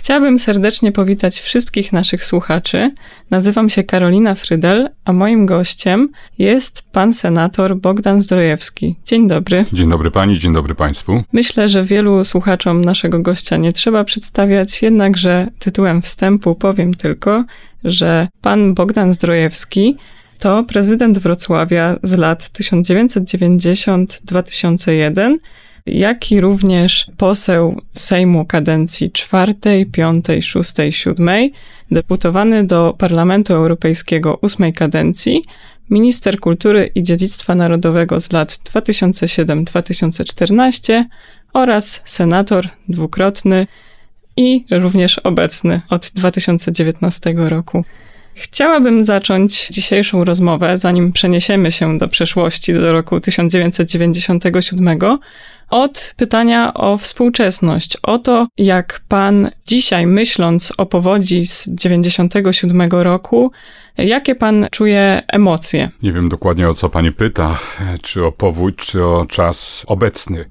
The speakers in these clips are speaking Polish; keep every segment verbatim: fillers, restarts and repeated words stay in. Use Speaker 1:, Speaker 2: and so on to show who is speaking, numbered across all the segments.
Speaker 1: Chciałabym serdecznie powitać wszystkich naszych słuchaczy. Nazywam się Karolina Frydel, a moim gościem jest pan senator Bogdan Zdrojewski. Dzień dobry.
Speaker 2: Dzień dobry pani, dzień dobry państwu.
Speaker 1: Myślę, że wielu słuchaczom naszego gościa nie trzeba przedstawiać, jednakże tytułem wstępu powiem tylko, że pan Bogdan Zdrojewski to prezydent Wrocławia z lat tysiąc dziewięćset dziewięćdziesiąt do dwa tysiące jeden, jak i również poseł Sejmu kadencji czwartej, piątej, szóstej, siódmej, deputowany do Parlamentu Europejskiego ósmej kadencji, minister kultury i dziedzictwa narodowego z lat dwa tysiące siódmy do dwa tysiące czternastego oraz senator dwukrotny i również obecny od dwa tysiące dziewiętnastego roku. Chciałabym zacząć dzisiejszą rozmowę, zanim przeniesiemy się do przeszłości, do roku tysiąc dziewięćset dziewięćdziesiątego siódmego, od pytania o współczesność, o to, jak pan dzisiaj, myśląc o powodzi z dziewięćdziesiątego siódmego roku, jakie pan czuje emocje?
Speaker 2: Nie wiem dokładnie, o co pani pyta, czy o powódź, czy o czas obecny.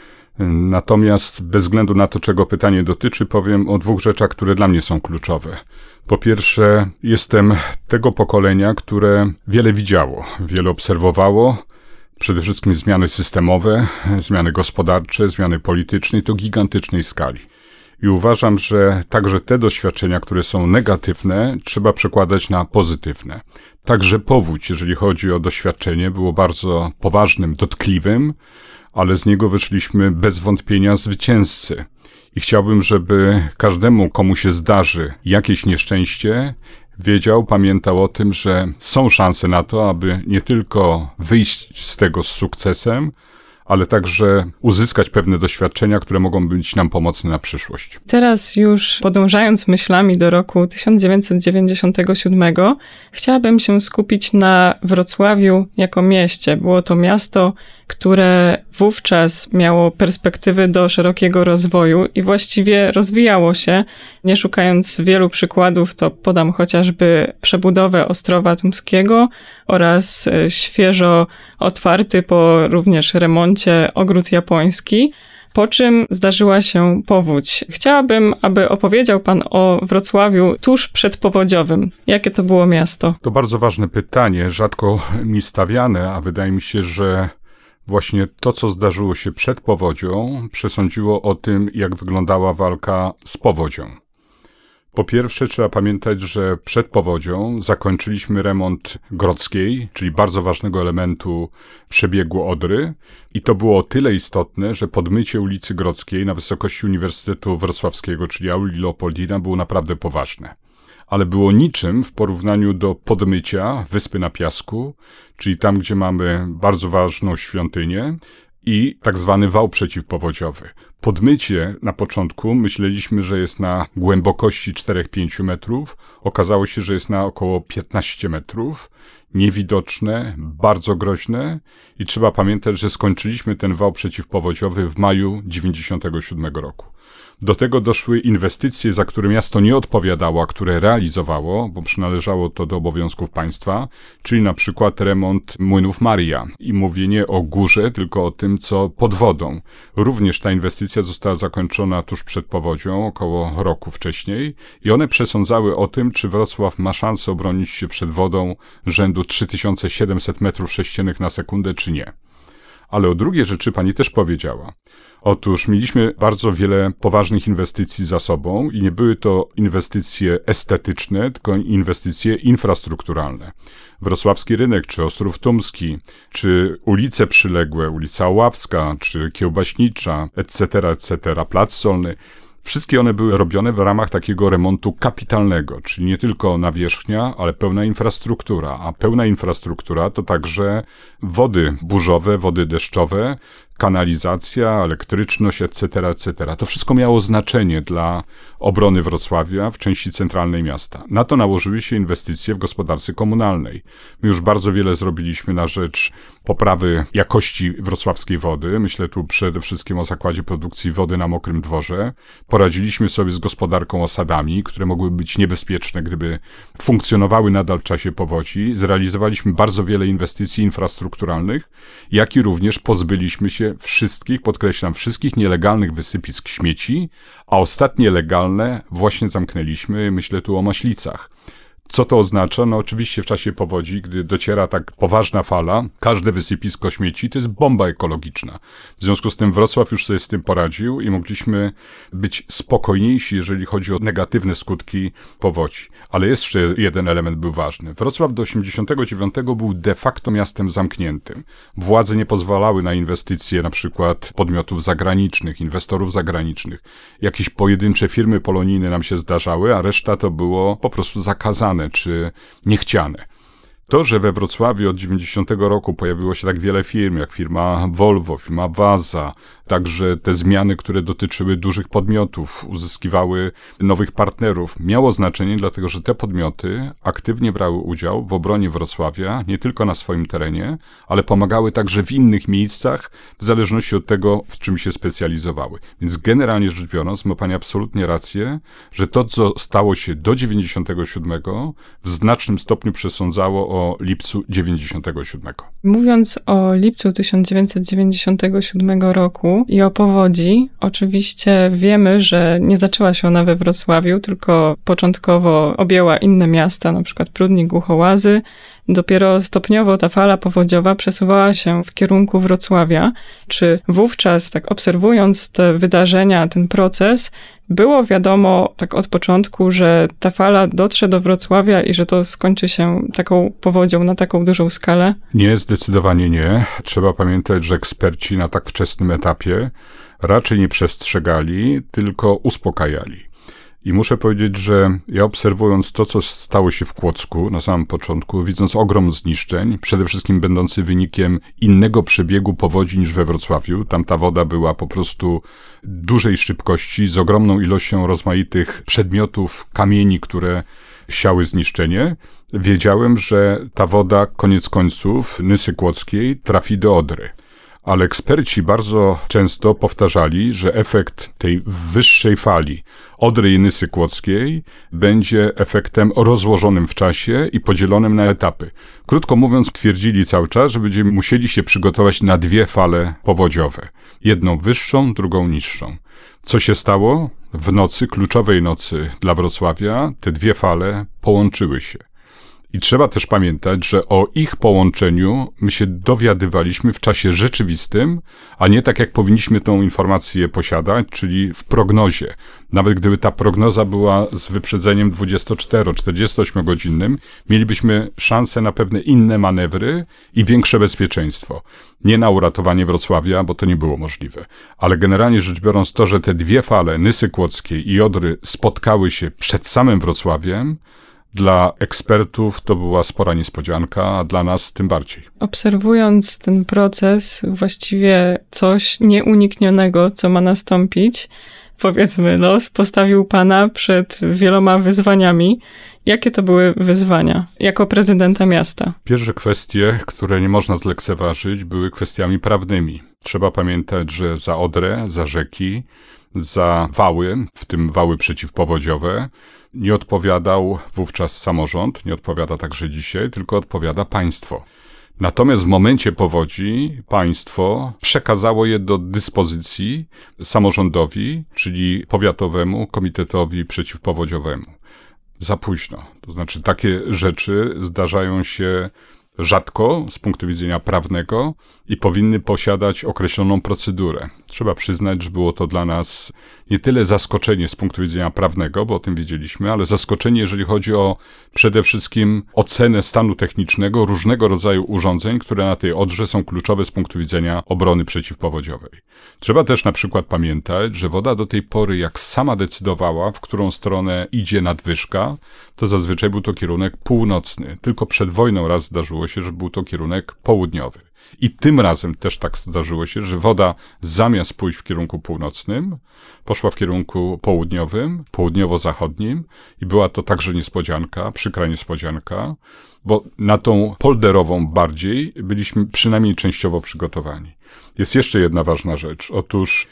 Speaker 2: Natomiast bez względu na to, czego pytanie dotyczy, powiem o dwóch rzeczach, które dla mnie są kluczowe. Po pierwsze, jestem tego pokolenia, które wiele widziało, wiele obserwowało, przede wszystkim zmiany systemowe, zmiany gospodarcze, zmiany polityczne, i to gigantycznej skali. I uważam, że także te doświadczenia, które są negatywne, trzeba przekładać na pozytywne. Także powódź, jeżeli chodzi o doświadczenie, było bardzo poważnym, dotkliwym, ale z niego wyszliśmy bez wątpienia zwycięzcy. I chciałbym, żeby każdemu, komu się zdarzy jakieś nieszczęście, wiedział, pamiętał o tym, że są szanse na to, aby nie tylko wyjść z tego z sukcesem, ale także uzyskać pewne doświadczenia, które mogą być nam pomocne na przyszłość.
Speaker 1: Teraz już podążając myślami do roku tysiąc dziewięćset dziewięćdziesiątego siódmego, chciałabym się skupić na Wrocławiu jako mieście. Było to miasto, które wówczas miało perspektywy do szerokiego rozwoju i właściwie rozwijało się. Nie szukając wielu przykładów, to podam chociażby przebudowę Ostrowa Tumskiego oraz świeżo otwarty po również remoncie Ogród Japoński, po czym zdarzyła się powódź. Chciałabym, aby opowiedział pan o Wrocławiu tuż przedpowodziowym. Jakie to było miasto?
Speaker 2: To bardzo ważne pytanie, rzadko mi stawiane, a wydaje mi się, że właśnie to, co zdarzyło się przed powodzią, przesądziło o tym, jak wyglądała walka z powodzią. Po pierwsze, trzeba pamiętać, że przed powodzią zakończyliśmy remont Grodzkiej, czyli bardzo ważnego elementu przebiegu Odry, i to było o tyle istotne, że podmycie ulicy Grodzkiej na wysokości Uniwersytetu Wrocławskiego, czyli Auli Leopoldina, było naprawdę poważne. Ale było niczym w porównaniu do podmycia Wyspy na Piasku, czyli tam, gdzie mamy bardzo ważną świątynię i tak zwany wał przeciwpowodziowy. Podmycie na początku myśleliśmy, że jest na głębokości cztery do pięciu metrów. Okazało się, że jest na około piętnaście metrów. Niewidoczne, bardzo groźne i trzeba pamiętać, że skończyliśmy ten wał przeciwpowodziowy w maju dziewięćdziesiątego siódmego roku. Do tego doszły inwestycje, za które miasto nie odpowiadało, a które realizowało, bo przynależało to do obowiązków państwa, czyli na przykład remont młynów Maria. I mówię nie o górze, tylko o tym, co pod wodą. Również ta inwestycja została zakończona tuż przed powodzią, około roku wcześniej, i one przesądzały o tym, czy Wrocław ma szansę obronić się przed wodą rzędu trzy tysiące siedemset metrów sześciennych na sekundę, czy nie. Ale o drugiej rzeczy pani też powiedziała. Otóż mieliśmy bardzo wiele poważnych inwestycji za sobą i nie były to inwestycje estetyczne, tylko inwestycje infrastrukturalne. Wrocławski Rynek, czy Ostrów Tumski, czy ulice przyległe, ulica Oławska, czy Kiełbaśnicza, et cetera, et cetera, Plac Solny. Wszystkie one były robione w ramach takiego remontu kapitalnego, czyli nie tylko nawierzchnia, ale pełna infrastruktura. A pełna infrastruktura to także wody burzowe, wody deszczowe, kanalizacja, elektryczność, et cetera, et cetera. To wszystko miało znaczenie dla obrony Wrocławia w części centralnej miasta. Na to nałożyły się inwestycje w gospodarce komunalnej. My już bardzo wiele zrobiliśmy na rzecz poprawy jakości wrocławskiej wody. Myślę tu przede wszystkim o Zakładzie Produkcji Wody na Mokrym Dworze. Poradziliśmy sobie z gospodarką osadami, które mogłyby być niebezpieczne, gdyby funkcjonowały nadal w czasie powodzi. Zrealizowaliśmy bardzo wiele inwestycji infrastrukturalnych, jak i również pozbyliśmy się zamknięcie wszystkich, podkreślam, wszystkich nielegalnych wysypisk śmieci, a ostatnie legalne właśnie zamknęliśmy, myślę tu o Maślicach. Co to oznacza? No oczywiście w czasie powodzi, gdy dociera tak poważna fala, każde wysypisko śmieci to jest bomba ekologiczna. W związku z tym Wrocław już sobie z tym poradził i mogliśmy być spokojniejsi, jeżeli chodzi o negatywne skutki powodzi. Ale jeszcze jeden element był ważny. Wrocław do osiemdziesiątego dziewiątego był de facto miastem zamkniętym. Władze nie pozwalały na inwestycje na przykład podmiotów zagranicznych, inwestorów zagranicznych. Jakieś pojedyncze firmy polonijne nam się zdarzały, a reszta to było po prostu zakazane czy niechciane. To, że we Wrocławiu od dziewięćdziesiątego roku pojawiło się tak wiele firm, jak firma Volvo, firma Waza, także te zmiany, które dotyczyły dużych podmiotów, uzyskiwały nowych partnerów, miało znaczenie, dlatego że te podmioty aktywnie brały udział w obronie Wrocławia, nie tylko na swoim terenie, ale pomagały także w innych miejscach, w zależności od tego, w czym się specjalizowały. Więc generalnie rzecz biorąc, ma pani absolutnie rację, że to, co stało się do dziewięćdziesiątego siódmego, w znacznym stopniu przesądzało o lipcu dziewięćdziesiątego siódmego.
Speaker 1: Mówiąc o lipcu tysiąc dziewięćset dziewięćdziesiątego siódmego roku i o powodzi, oczywiście wiemy, że nie zaczęła się ona we Wrocławiu, tylko początkowo objęła inne miasta, na przykład Prudnik, Głuchołazy. Dopiero stopniowo ta fala powodziowa przesuwała się w kierunku Wrocławia. Czy wówczas, tak obserwując te wydarzenia, ten proces, było wiadomo tak od początku, że ta fala dotrze do Wrocławia i że to skończy się taką powodzią na taką dużą skalę?
Speaker 2: Nie, zdecydowanie nie. Trzeba pamiętać, że eksperci na tak wczesnym etapie raczej nie przestrzegali, tylko uspokajali. I muszę powiedzieć, że ja obserwując to, co stało się w Kłodzku na samym początku, widząc ogrom zniszczeń, przede wszystkim będący wynikiem innego przebiegu powodzi niż we Wrocławiu, tam ta woda była po prostu dużej szybkości, z ogromną ilością rozmaitych przedmiotów, kamieni, które siały zniszczenie, wiedziałem, że ta woda koniec końców Nysy Kłodzkiej trafi do Odry. Ale eksperci bardzo często powtarzali, że efekt tej wyższej fali Odry i Nysy Kłodzkiej będzie efektem rozłożonym w czasie i podzielonym na etapy. Krótko mówiąc, twierdzili cały czas, że będziemy musieli się przygotować na dwie fale powodziowe. Jedną wyższą, drugą niższą. Co się stało? W nocy, kluczowej nocy dla Wrocławia, te dwie fale połączyły się. I trzeba też pamiętać, że o ich połączeniu my się dowiadywaliśmy w czasie rzeczywistym, a nie tak jak powinniśmy tą informację posiadać, czyli w prognozie. Nawet gdyby ta prognoza była z wyprzedzeniem dwudziesto-cztero- czterdziestoośmiogodzinnym, mielibyśmy szansę na pewne inne manewry i większe bezpieczeństwo. Nie na uratowanie Wrocławia, bo to nie było możliwe. Ale generalnie rzecz biorąc to, że te dwie fale Nysy Kłodzkiej i Odry spotkały się przed samym Wrocławiem, dla ekspertów to była spora niespodzianka, a dla nas tym bardziej.
Speaker 1: Obserwując ten proces, właściwie coś nieuniknionego, co ma nastąpić, powiedzmy, los postawił pana przed wieloma wyzwaniami. Jakie to były wyzwania jako prezydenta miasta?
Speaker 2: Pierwsze kwestie, które nie można zlekceważyć, były kwestiami prawnymi. Trzeba pamiętać, że za Odrę, za rzeki, za wały, w tym wały przeciwpowodziowe, nie odpowiadał wówczas samorząd, nie odpowiada także dzisiaj, tylko odpowiada państwo. Natomiast w momencie powodzi państwo przekazało je do dyspozycji samorządowi, czyli powiatowemu komitetowi przeciwpowodziowemu. Za późno. To znaczy takie rzeczy zdarzają się rzadko z punktu widzenia prawnego i powinny posiadać określoną procedurę. Trzeba przyznać, że było to dla nas nie tyle zaskoczenie z punktu widzenia prawnego, bo o tym wiedzieliśmy, ale zaskoczenie, jeżeli chodzi o przede wszystkim ocenę stanu technicznego różnego rodzaju urządzeń, które na tej Odrze są kluczowe z punktu widzenia obrony przeciwpowodziowej. Trzeba też na przykład pamiętać, że woda do tej pory, jak sama decydowała, w którą stronę idzie nadwyżka, to zazwyczaj był to kierunek północny. Tylko przed wojną raz zdarzyło się, że był to kierunek południowy. I tym razem też tak zdarzyło się, że woda zamiast pójść w kierunku północnym, poszła w kierunku południowym, południowo-zachodnim i była to także niespodzianka, przykra niespodzianka, bo na tą polderową bardziej byliśmy przynajmniej częściowo przygotowani. Jest jeszcze jedna ważna rzecz. Otóż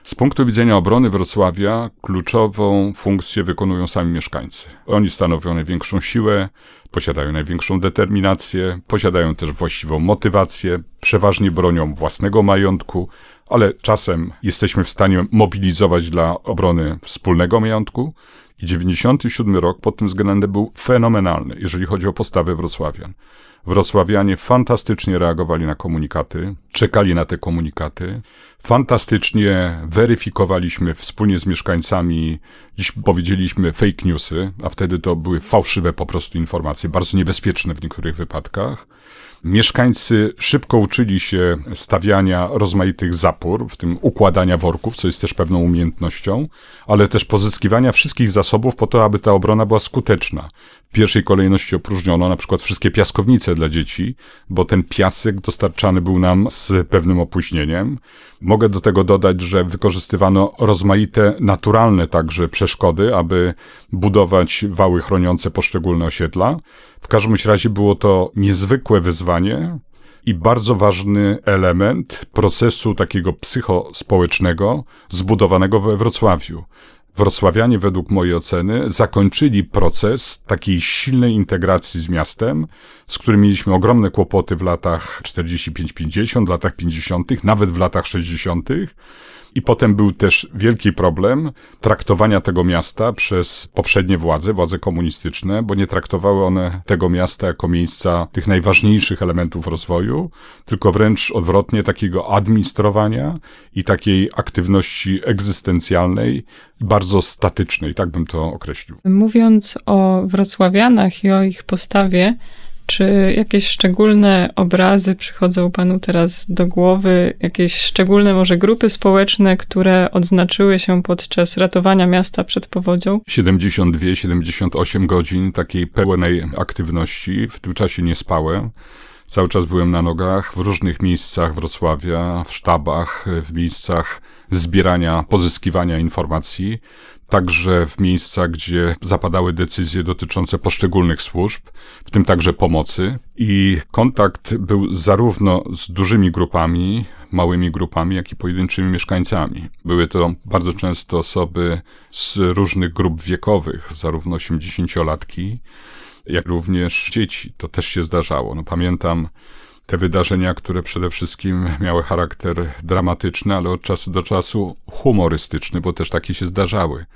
Speaker 2: Z punktu widzenia obrony Wrocławia kluczową funkcję wykonują sami mieszkańcy. Oni stanowią największą siłę, posiadają największą determinację, posiadają też właściwą motywację, przeważnie bronią własnego majątku, ale czasem jesteśmy w stanie mobilizować dla obrony wspólnego majątku. I dziewięćdziesiąty siódmy rok pod tym względem był fenomenalny, jeżeli chodzi o postawę wrocławian. Wrocławianie fantastycznie reagowali na komunikaty, czekali na te komunikaty, fantastycznie weryfikowaliśmy wspólnie z mieszkańcami, dziś powiedzieliśmy fake newsy, a wtedy to były fałszywe po prostu informacje, bardzo niebezpieczne w niektórych wypadkach. Mieszkańcy szybko uczyli się stawiania rozmaitych zapór, w tym układania worków, co jest też pewną umiejętnością, ale też pozyskiwania wszystkich zasobów po to, aby ta obrona była skuteczna. W pierwszej kolejności opróżniono na przykład wszystkie piaskownice dla dzieci, bo ten piasek dostarczany był nam z pewnym opóźnieniem. Mogę do tego dodać, że wykorzystywano rozmaite naturalne także przeszkody, aby budować wały chroniące poszczególne osiedla. W każdym razie było to niezwykłe wyzwanie i bardzo ważny element procesu takiego psychospołecznego zbudowanego we Wrocławiu. Wrocławianie, według mojej oceny, zakończyli proces takiej silnej integracji z miastem, z którym mieliśmy ogromne kłopoty w latach czterdziestym pięć pięćdziesiąt, w latach pięćdziesiątych, nawet w latach sześćdziesiątych. I potem był też wielki problem traktowania tego miasta przez poprzednie władze, władze komunistyczne, bo nie traktowały one tego miasta jako miejsca tych najważniejszych elementów rozwoju, tylko wręcz odwrotnie takiego administrowania i takiej aktywności egzystencjalnej, bardzo statycznej, tak bym to określił.
Speaker 1: Mówiąc o wrocławianach i o ich postawie, czy jakieś szczególne obrazy przychodzą panu teraz do głowy? Jakieś szczególne może grupy społeczne, które odznaczyły się podczas ratowania miasta przed powodzią?
Speaker 2: siedemdziesiąt dwa siedemdziesiąt osiem godzin takiej pełnej aktywności. W tym czasie nie spałem. Cały czas byłem na nogach w różnych miejscach Wrocławia, w sztabach, w miejscach zbierania, pozyskiwania informacji. Także w miejscach, gdzie zapadały decyzje dotyczące poszczególnych służb, w tym także pomocy. I kontakt był zarówno z dużymi grupami, małymi grupami, jak i pojedynczymi mieszkańcami. Były to bardzo często osoby z różnych grup wiekowych, zarówno osiemdziesięciolatki, jak również dzieci. To też się zdarzało. No, pamiętam te wydarzenia, które przede wszystkim miały charakter dramatyczny, ale od czasu do czasu humorystyczny, bo też takie się zdarzały.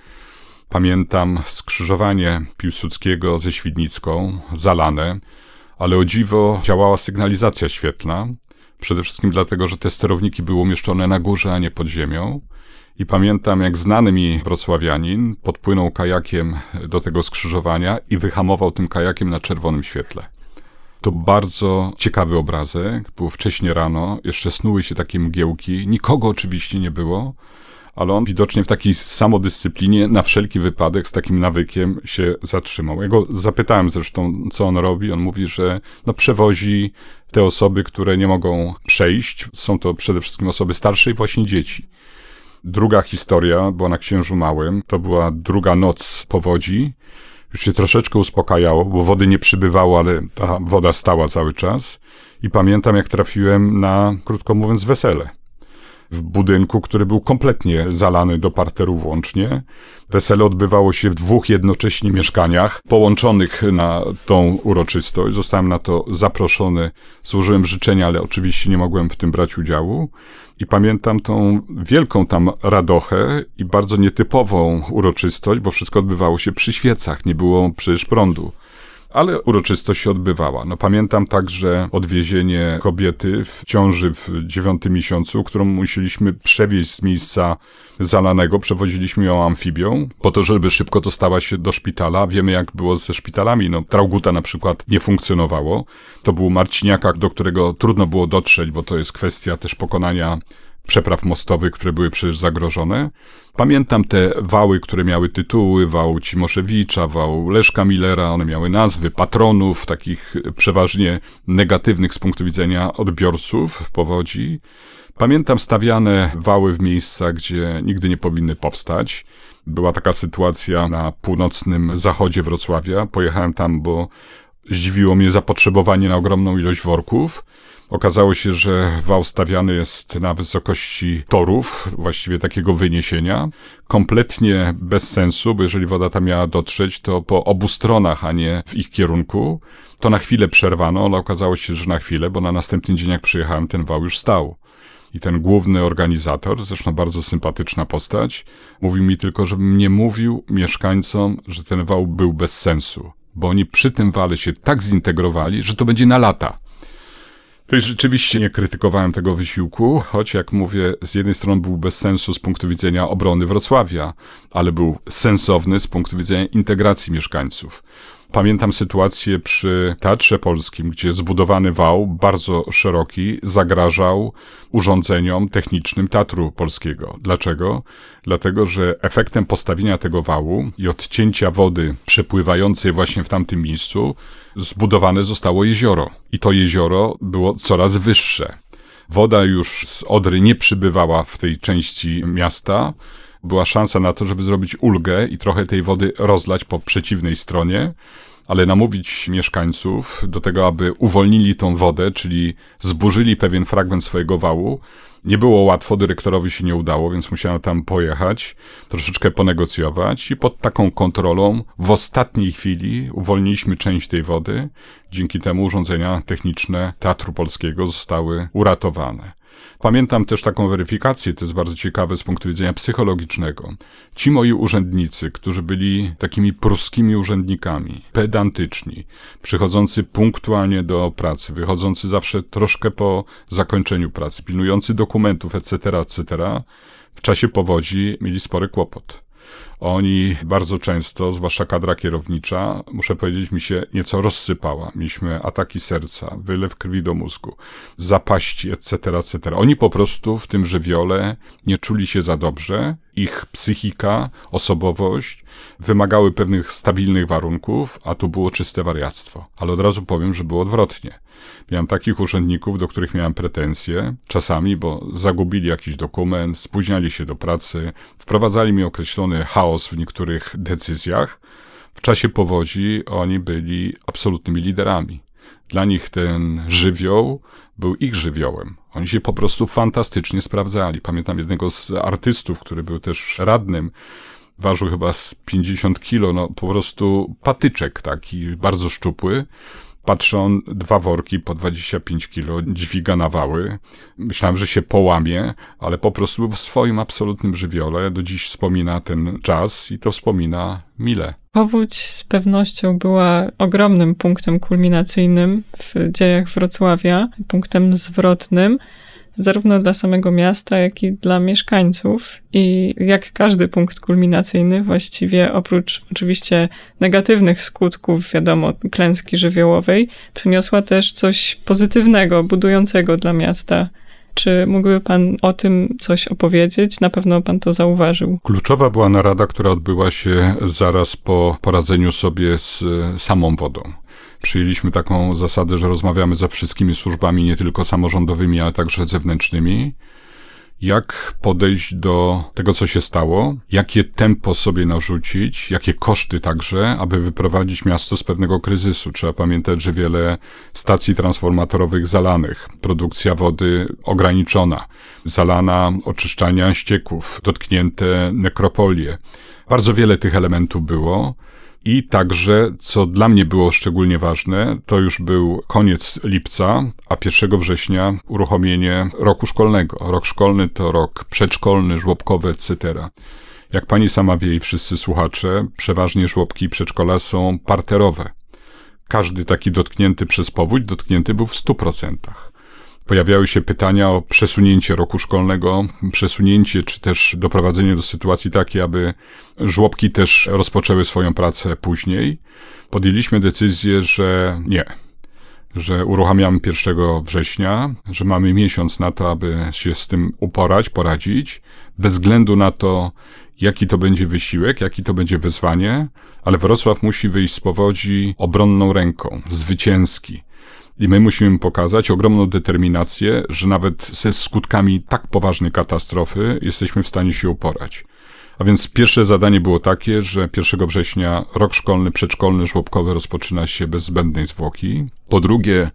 Speaker 2: Pamiętam skrzyżowanie Piłsudskiego ze Świdnicką, zalane, ale o dziwo działała sygnalizacja świetlna. Przede wszystkim dlatego, że te sterowniki były umieszczone na górze, a nie pod ziemią. I pamiętam, jak znany mi wrocławianin podpłynął kajakiem do tego skrzyżowania i wyhamował tym kajakiem na czerwonym świetle. To bardzo ciekawy obrazek. Było wcześnie rano, jeszcze snuły się takie mgiełki. Nikogo oczywiście nie było, ale on widocznie w takiej samodyscyplinie na wszelki wypadek z takim nawykiem się zatrzymał. Ja go zapytałem zresztą, co on robi. On mówi, że no, przewozi te osoby, które nie mogą przejść. Są to przede wszystkim osoby starsze i właśnie dzieci. Druga historia była na Księżu Małym. To była druga noc powodzi. Już się troszeczkę uspokajało, bo wody nie przybywało, ale ta woda stała cały czas. I pamiętam, jak trafiłem na, krótko mówiąc, wesele. W budynku, który był kompletnie zalany do parteru włącznie. Wesele odbywało się w dwóch jednocześnie mieszkaniach, połączonych na tą uroczystość. Zostałem na to zaproszony, złożyłem życzenia, ale oczywiście nie mogłem w tym brać udziału. I pamiętam tą wielką tam radochę i bardzo nietypową uroczystość, bo wszystko odbywało się przy świecach, nie było przecież prądu. Ale uroczystość się odbywała. No, pamiętam także odwiezienie kobiety w ciąży w dziewiątym miesiącu, którą musieliśmy przewieźć z miejsca zalanego. Przewoziliśmy ją amfibią, po to, żeby szybko dostała się do szpitala. Wiemy, jak było ze szpitalami. No, Trauguta na przykład nie funkcjonowało. To był Marciniaka, do którego trudno było dotrzeć, bo to jest kwestia też pokonania przepraw mostowych, które były przecież zagrożone. Pamiętam te wały, które miały tytuły, wał Cimoszewicza, wał Leszka Millera, one miały nazwy patronów, takich przeważnie negatywnych z punktu widzenia odbiorców w powodzi. Pamiętam stawiane wały w miejscach, gdzie nigdy nie powinny powstać. Była taka sytuacja na północnym zachodzie Wrocławia. Pojechałem tam, bo zdziwiło mnie zapotrzebowanie na ogromną ilość worków. Okazało się, że wał stawiany jest na wysokości torów, właściwie takiego wyniesienia. Kompletnie bez sensu, bo jeżeli woda tam miała dotrzeć, to po obu stronach, a nie w ich kierunku. To na chwilę przerwano, ale okazało się, że na chwilę, bo na następny dzień jak przyjechałem, ten wał już stał. I ten główny organizator, zresztą bardzo sympatyczna postać, mówił mi tylko, żebym nie mówił mieszkańcom, że ten wał był bez sensu, bo oni przy tym wale się tak zintegrowali, że to będzie na lata. To i rzeczywiście nie krytykowałem tego wysiłku, choć jak mówię, z jednej strony był bez sensu z punktu widzenia obrony Wrocławia, ale był sensowny z punktu widzenia integracji mieszkańców. Pamiętam sytuację przy Teatrze Polskim, gdzie zbudowany wał, bardzo szeroki, zagrażał urządzeniom technicznym Teatru Polskiego. Dlaczego? Dlatego, że efektem postawienia tego wału i odcięcia wody przepływającej właśnie w tamtym miejscu zbudowane zostało jezioro. I to jezioro było coraz wyższe. Woda już z Odry nie przybywała w tej części miasta. Była szansa na to, żeby zrobić ulgę i trochę tej wody rozlać po przeciwnej stronie, ale namówić mieszkańców do tego, aby uwolnili tą wodę, czyli zburzyli pewien fragment swojego wału. Nie było łatwo, dyrektorowi się nie udało, więc musiałem tam pojechać, troszeczkę ponegocjować i pod taką kontrolą w ostatniej chwili uwolniliśmy część tej wody. Dzięki temu urządzenia techniczne Teatru Polskiego zostały uratowane. Pamiętam też taką weryfikację, to jest bardzo ciekawe z punktu widzenia psychologicznego. Ci moi urzędnicy, którzy byli takimi pruskimi urzędnikami, pedantyczni, przychodzący punktualnie do pracy, wychodzący zawsze troszkę po zakończeniu pracy, pilnujący dokumentów, et cetera, et cetera, w czasie powodzi mieli spory kłopot. Oni bardzo często, zwłaszcza kadra kierownicza, muszę powiedzieć, mi się nieco rozsypała. Mieliśmy ataki serca, wylew krwi do mózgu, zapaści, et cetera, et cetera. Oni po prostu w tym żywiole nie czuli się za dobrze. Ich psychika, osobowość wymagały pewnych stabilnych warunków, a tu było czyste wariactwo. Ale od razu powiem, że było odwrotnie. Miałem takich urzędników, do których miałem pretensje, czasami, bo zagubili jakiś dokument, spóźniali się do pracy, wprowadzali mi określony chaos w niektórych decyzjach. W czasie powodzi oni byli absolutnymi liderami. Dla nich ten żywioł był ich żywiołem. Oni się po prostu fantastycznie sprawdzali. Pamiętam jednego z artystów, który był też radnym, ważył chyba z pięćdziesiąt kilo, no po prostu patyczek taki, bardzo szczupły. Patrzę, on dwa worki po dwadzieścia pięć kilo dźwiga na wały. Myślałem, że się połamie, ale po prostu był w swoim absolutnym żywiole. Do dziś wspomina ten czas i to wspomina mile.
Speaker 1: Powódź z pewnością była ogromnym punktem kulminacyjnym w dziejach Wrocławia, punktem zwrotnym, zarówno dla samego miasta, jak i dla mieszkańców. I jak każdy punkt kulminacyjny, właściwie oprócz oczywiście negatywnych skutków, wiadomo, klęski żywiołowej, przyniosła też coś pozytywnego, budującego dla miasta. Czy mógłby pan o tym coś opowiedzieć? Na pewno pan to zauważył.
Speaker 2: Kluczowa była narada, która odbyła się zaraz po poradzeniu sobie z samą wodą. Przyjęliśmy taką zasadę, że rozmawiamy ze wszystkimi służbami, nie tylko samorządowymi, ale także zewnętrznymi. Jak podejść do tego, co się stało, jakie tempo sobie narzucić, jakie koszty także, aby wyprowadzić miasto z pewnego kryzysu. Trzeba pamiętać, że wiele stacji transformatorowych zalanych, produkcja wody ograniczona, zalana oczyszczania ścieków, dotknięte nekropolie. Bardzo wiele tych elementów było. I także, co dla mnie było szczególnie ważne, to już był koniec lipca, a pierwszego września uruchomienie roku szkolnego. Rok szkolny to rok przedszkolny, żłobkowy, et cetera. Jak pani sama wie i wszyscy słuchacze, przeważnie żłobki i przedszkola są parterowe. Każdy taki dotknięty przez powódź dotknięty był w stu procentach. Pojawiały się pytania o przesunięcie roku szkolnego, przesunięcie czy też doprowadzenie do sytuacji takiej, aby żłobki też rozpoczęły swoją pracę później. Podjęliśmy decyzję, że nie, że uruchamiamy pierwszego września, że mamy miesiąc na to, aby się z tym uporać, poradzić, bez względu na to, jaki to będzie wysiłek, jaki to będzie wyzwanie, ale Wrocław musi wyjść z powodzi obronną ręką, zwycięski. I my musimy pokazać ogromną determinację, że nawet ze skutkami tak poważnej katastrofy jesteśmy w stanie się uporać. A więc pierwsze zadanie było takie, że pierwszego września rok szkolny, przedszkolny, żłobkowy rozpoczyna się bez zbędnej zwłoki. Po drugie,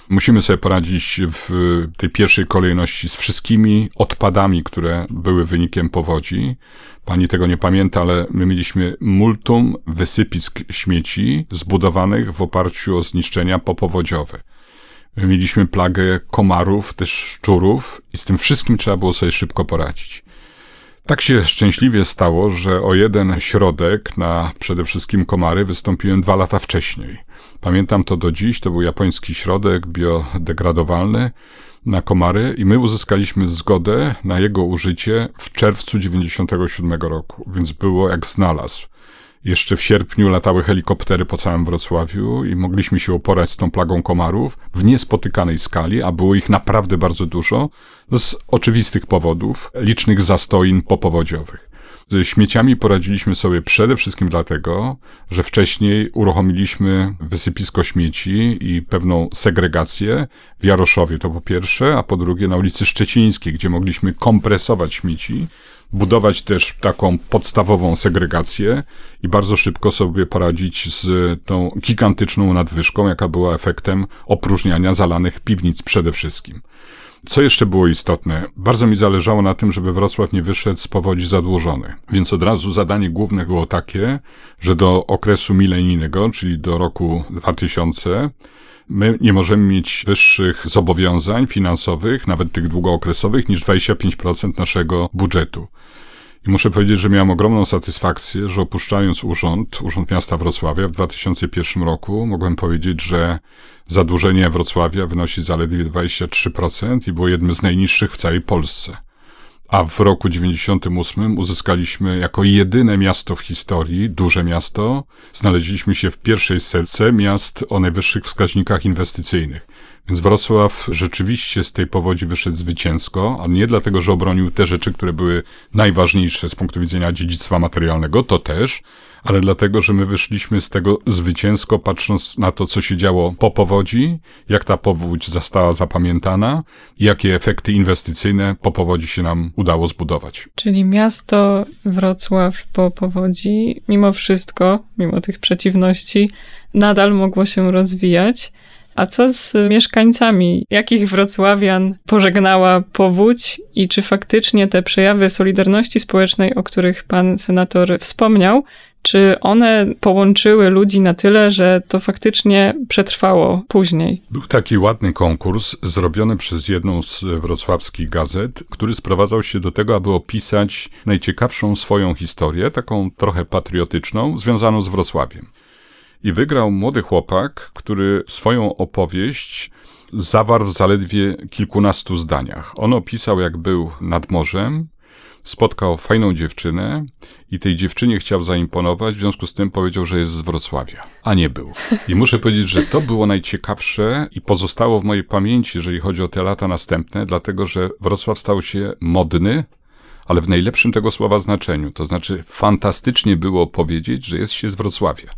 Speaker 2: Musimy sobie poradzić w tej pierwszej kolejności z wszystkimi odpadami, które były wynikiem powodzi. Pani tego nie pamięta, ale my mieliśmy multum wysypisk śmieci zbudowanych w oparciu o zniszczenia popowodziowe. My mieliśmy plagę komarów, też szczurów i z tym wszystkim trzeba było sobie szybko poradzić. Tak się szczęśliwie stało, że o jeden środek na przede wszystkim komary wystąpiłem dwa lata wcześniej. Pamiętam to do dziś, to był japoński środek biodegradowalny na komary i my uzyskaliśmy zgodę na jego użycie w czerwcu dziewięćdziesiątego siódmego roku, więc było jak znalazł. Jeszcze w sierpniu latały helikoptery po całym Wrocławiu i mogliśmy się uporać z tą plagą komarów w niespotykanej skali, a było ich naprawdę bardzo dużo, z oczywistych powodów, licznych zastoin popowodziowych. Ze śmieciami poradziliśmy sobie przede wszystkim dlatego, że wcześniej uruchomiliśmy wysypisko śmieci i pewną segregację w Jaroszowie, to po pierwsze, a po drugie na ulicy Szczecińskiej, gdzie mogliśmy kompresować śmieci, budować też taką podstawową segregację i bardzo szybko sobie poradzić z tą gigantyczną nadwyżką, jaka była efektem opróżniania zalanych piwnic przede wszystkim. Co jeszcze było istotne? Bardzo mi zależało na tym, żeby Wrocław nie wyszedł z powodzi zadłużony. Więc od razu zadanie główne było takie, że do okresu milenijnego, czyli do roku dwa tysiące, my nie możemy mieć wyższych zobowiązań finansowych, nawet tych długookresowych, niż dwadzieścia pięć procent naszego budżetu. I muszę powiedzieć, że miałem ogromną satysfakcję, że opuszczając urząd, Urząd Miasta Wrocławia w dwa tysiące pierwszym roku, mogłem powiedzieć, że zadłużenie Wrocławia wynosi zaledwie dwadzieścia trzy procent i było jednym z najniższych w całej Polsce. A w roku dziewięćdziesiątym ósmym uzyskaliśmy jako jedyne miasto w historii, duże miasto, znaleźliśmy się w pierwszej setce miast o najwyższych wskaźnikach inwestycyjnych. Więc Wrocław rzeczywiście z tej powodzi wyszedł zwycięsko, a nie dlatego, że obronił te rzeczy, które były najważniejsze z punktu widzenia dziedzictwa materialnego, to też, ale dlatego, że my wyszliśmy z tego zwycięsko, patrząc na to, co się działo po powodzi, jak ta powódź została zapamiętana i jakie efekty inwestycyjne po powodzi się nam udało zbudować.
Speaker 1: Czyli miasto Wrocław po powodzi, mimo wszystko, mimo tych przeciwności, nadal mogło się rozwijać. A co z mieszkańcami? Jakich wrocławian pożegnała powódź i czy faktycznie te przejawy solidarności społecznej, o których pan senator wspomniał, czy one połączyły ludzi na tyle, że to faktycznie przetrwało później?
Speaker 2: Był taki ładny konkurs zrobiony przez jedną z wrocławskich gazet, który sprowadzał się do tego, aby opisać najciekawszą swoją historię, taką trochę patriotyczną, związaną z Wrocławiem. I wygrał młody chłopak, który swoją opowieść zawarł w zaledwie kilkunastu zdaniach. On opisał, jak był nad morzem, spotkał fajną dziewczynę i tej dziewczynie chciał zaimponować, w związku z tym powiedział, że jest z Wrocławia, a nie był. I muszę powiedzieć, że to było najciekawsze i pozostało w mojej pamięci, jeżeli chodzi o te lata następne, dlatego że Wrocław stał się modny, ale w najlepszym tego słowa znaczeniu. To znaczy fantastycznie było powiedzieć, że jest się z Wrocławia.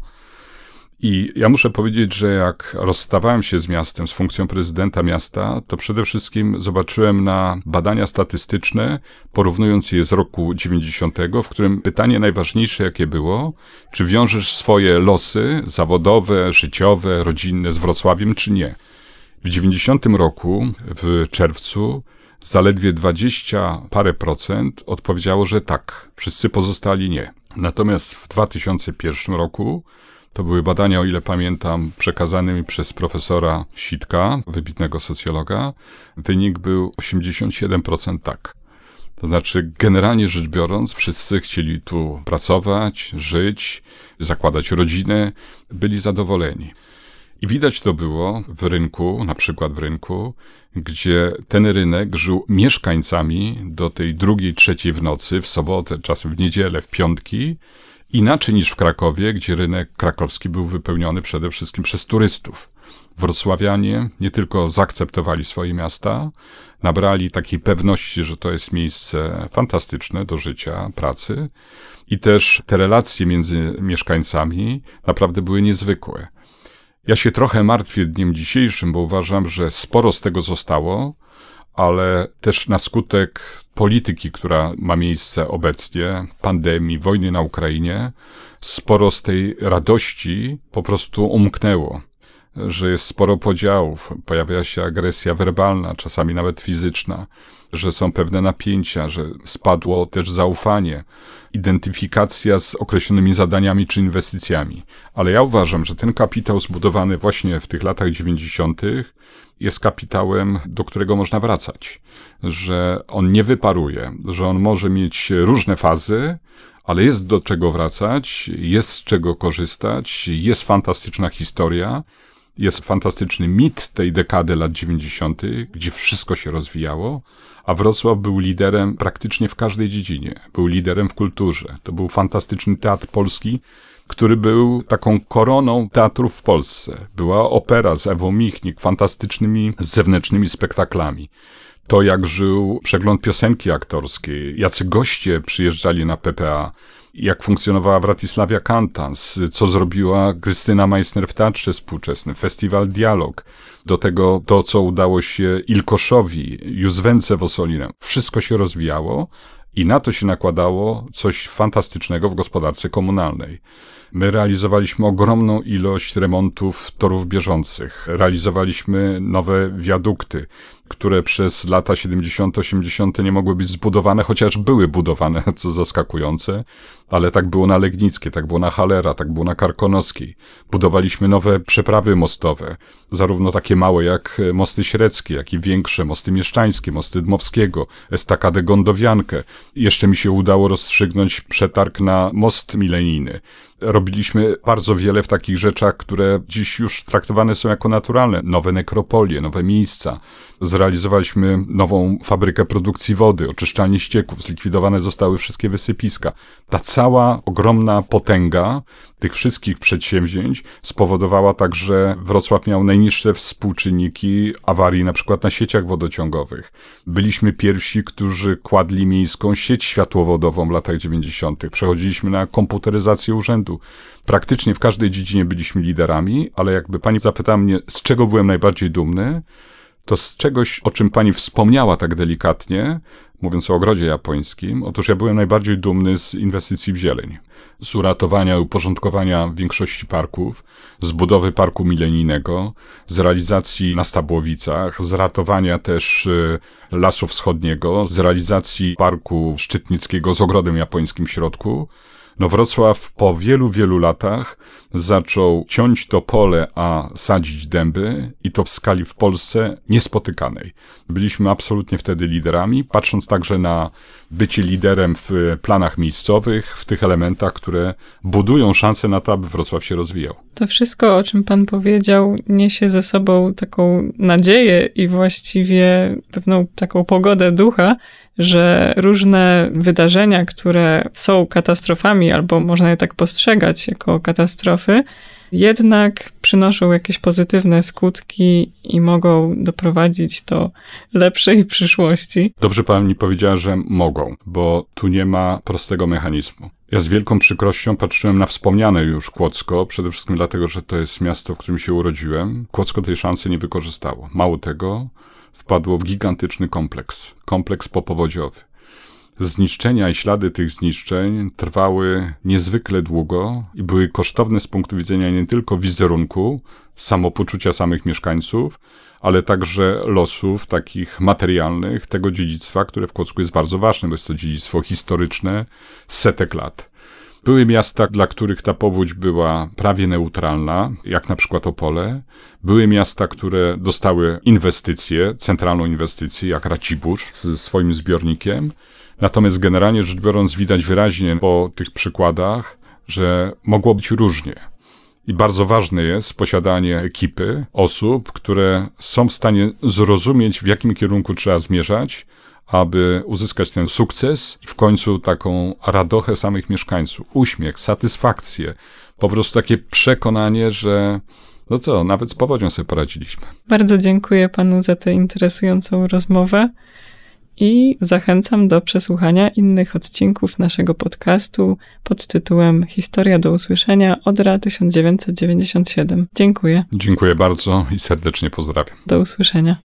Speaker 2: I ja muszę powiedzieć, że jak rozstawałem się z miastem, z funkcją prezydenta miasta, to przede wszystkim zobaczyłem na badania statystyczne, porównując je z roku dziewięćdziesiątego, w którym pytanie najważniejsze, jakie było, czy wiążesz swoje losy zawodowe, życiowe, rodzinne z Wrocławiem, czy nie. W dziewięćdziesiątym roku, w czerwcu, zaledwie dwadzieścia parę procent odpowiedziało, że tak. Wszyscy pozostali nie. Natomiast w dwa tysiące pierwszym roku to były badania, o ile pamiętam, przekazane mi przez profesora Sitka, wybitnego socjologa. Wynik był osiemdziesiąt siedem procent tak. To znaczy, generalnie rzecz biorąc, wszyscy chcieli tu pracować, żyć, zakładać rodzinę, byli zadowoleni. I widać to było w rynku, na przykład w rynku, gdzie ten rynek żył mieszkańcami do tej drugiej, trzeciej w nocy, w sobotę, czasem w niedzielę, w piątki, inaczej niż w Krakowie, gdzie rynek krakowski był wypełniony przede wszystkim przez turystów. Wrocławianie nie tylko zaakceptowali swoje miasta, nabrali takiej pewności, że to jest miejsce fantastyczne do życia, pracy i też te relacje między mieszkańcami naprawdę były niezwykłe. Ja się trochę martwię dniem dzisiejszym, bo uważam, że sporo z tego zostało, ale też na skutek polityki, która ma miejsce obecnie, pandemii, wojny na Ukrainie, sporo z tej radości po prostu umknęło. że jest sporo podziałów, pojawia się agresja werbalna, czasami nawet fizyczna, że są pewne napięcia, że spadło też zaufanie, identyfikacja z określonymi zadaniami czy inwestycjami. Ale ja uważam, że ten kapitał zbudowany właśnie w tych latach dziewięćdziesiątych jest kapitałem, do którego można wracać, że on nie wyparuje, że on może mieć różne fazy, ale jest do czego wracać, jest z czego korzystać, jest fantastyczna historia, jest fantastyczny mit tej dekady lat dziewięćdziesiątych, gdzie wszystko się rozwijało, a Wrocław był liderem praktycznie w każdej dziedzinie. Był liderem w kulturze. To był fantastyczny teatr polski, który był taką koroną teatrów w Polsce. Była opera z Ewą Michnik, fantastycznymi zewnętrznymi spektaklami. To, jak żył przegląd piosenki aktorskiej, jacy goście przyjeżdżali na P P A, jak funkcjonowała Wratysławia Kantans, co zrobiła Krystyna Meissner w Teatrze Współczesnym, Festiwal Dialog, do tego to, co udało się Ilkoszowi, Józwence Wosolinem. Wszystko się rozwijało i na to się nakładało coś fantastycznego w gospodarce komunalnej. My realizowaliśmy ogromną ilość remontów torów bieżących, realizowaliśmy nowe wiadukty, które przez lata siedemdziesiąte, osiemdziesiąte nie mogły być zbudowane, chociaż były budowane, co zaskakujące, ale tak było na Legnickiej, tak było na Halera, tak było na Karkonoskiej. Budowaliśmy nowe przeprawy mostowe, zarówno takie małe jak mosty średzkie, jak i większe, mosty mieszczańskie, mosty Dmowskiego, estakadę Gondowiankę. Jeszcze mi się udało rozstrzygnąć przetarg na most milenijny. Robiliśmy bardzo wiele w takich rzeczach, które dziś już traktowane są jako naturalne. Nowe nekropolie, nowe miejsca. Zrealizowaliśmy nową fabrykę produkcji wody, oczyszczalnię ścieków, zlikwidowane zostały wszystkie wysypiska. Ta cała ogromna potęga tych wszystkich przedsięwzięć spowodowała tak, że Wrocław miał najniższe współczynniki awarii na przykład na sieciach wodociągowych. Byliśmy pierwsi, którzy kładli miejską sieć światłowodową w latach dziewięćdziesiątych. Przechodziliśmy na komputeryzację urzędu. Praktycznie w każdej dziedzinie byliśmy liderami, ale jakby pani zapytała mnie, z czego byłem najbardziej dumny, to z czegoś, o czym pani wspomniała tak delikatnie, mówiąc o ogrodzie japońskim, otóż ja byłem najbardziej dumny z inwestycji w zieleń. Z uratowania i uporządkowania większości parków, z budowy parku milenijnego, z realizacji na Stabłowicach, z ratowania też y, Lasu Wschodniego, z realizacji parku szczytnickiego z ogrodem japońskim w środku. No Wrocław po wielu, wielu latach zaczął ciąć to pole, a sadzić dęby i to w skali w Polsce niespotykanej. Byliśmy absolutnie wtedy liderami, patrząc także na bycie liderem w planach miejscowych, w tych elementach, które budują szansę na to, aby Wrocław się rozwijał.
Speaker 1: To wszystko, o czym pan powiedział, niesie ze sobą taką nadzieję i właściwie pewną taką pogodę ducha, że różne wydarzenia, które są katastrofami, albo można je tak postrzegać jako katastrofy, jednak przynoszą jakieś pozytywne skutki i mogą doprowadzić do lepszej przyszłości.
Speaker 2: Dobrze pani powiedziała, że mogą, bo tu nie ma prostego mechanizmu. Ja z wielką przykrością patrzyłem na wspomniane już Kłodzko, przede wszystkim dlatego, że to jest miasto, w którym się urodziłem. Kłodzko tej szansy nie wykorzystało. Mało tego, wpadło w gigantyczny kompleks, kompleks popowodziowy. Zniszczenia i ślady tych zniszczeń trwały niezwykle długo i były kosztowne z punktu widzenia nie tylko wizerunku, samopoczucia samych mieszkańców, ale także losów takich materialnych, tego dziedzictwa, które w Kłodzku jest bardzo ważne, bo jest to dziedzictwo historyczne z setek lat. Były miasta, dla których ta powódź była prawie neutralna, jak na przykład Opole. Były miasta, które dostały inwestycje, centralną inwestycję, jak Racibórz z swoim zbiornikiem. Natomiast generalnie rzecz biorąc widać wyraźnie po tych przykładach, że mogło być różnie. I bardzo ważne jest posiadanie ekipy osób, które są w stanie zrozumieć, w jakim kierunku trzeba zmierzać, aby uzyskać ten sukces i w końcu taką radochę samych mieszkańców, uśmiech, satysfakcję, po prostu takie przekonanie, że no co, nawet z powodzią sobie poradziliśmy.
Speaker 1: Bardzo dziękuję panu za tę interesującą rozmowę i zachęcam do przesłuchania innych odcinków naszego podcastu pod tytułem Historia do usłyszenia Odra tysiąc dziewięćset dziewięćdziesiąt siedem. Dziękuję.
Speaker 2: Dziękuję bardzo i serdecznie pozdrawiam.
Speaker 1: Do usłyszenia.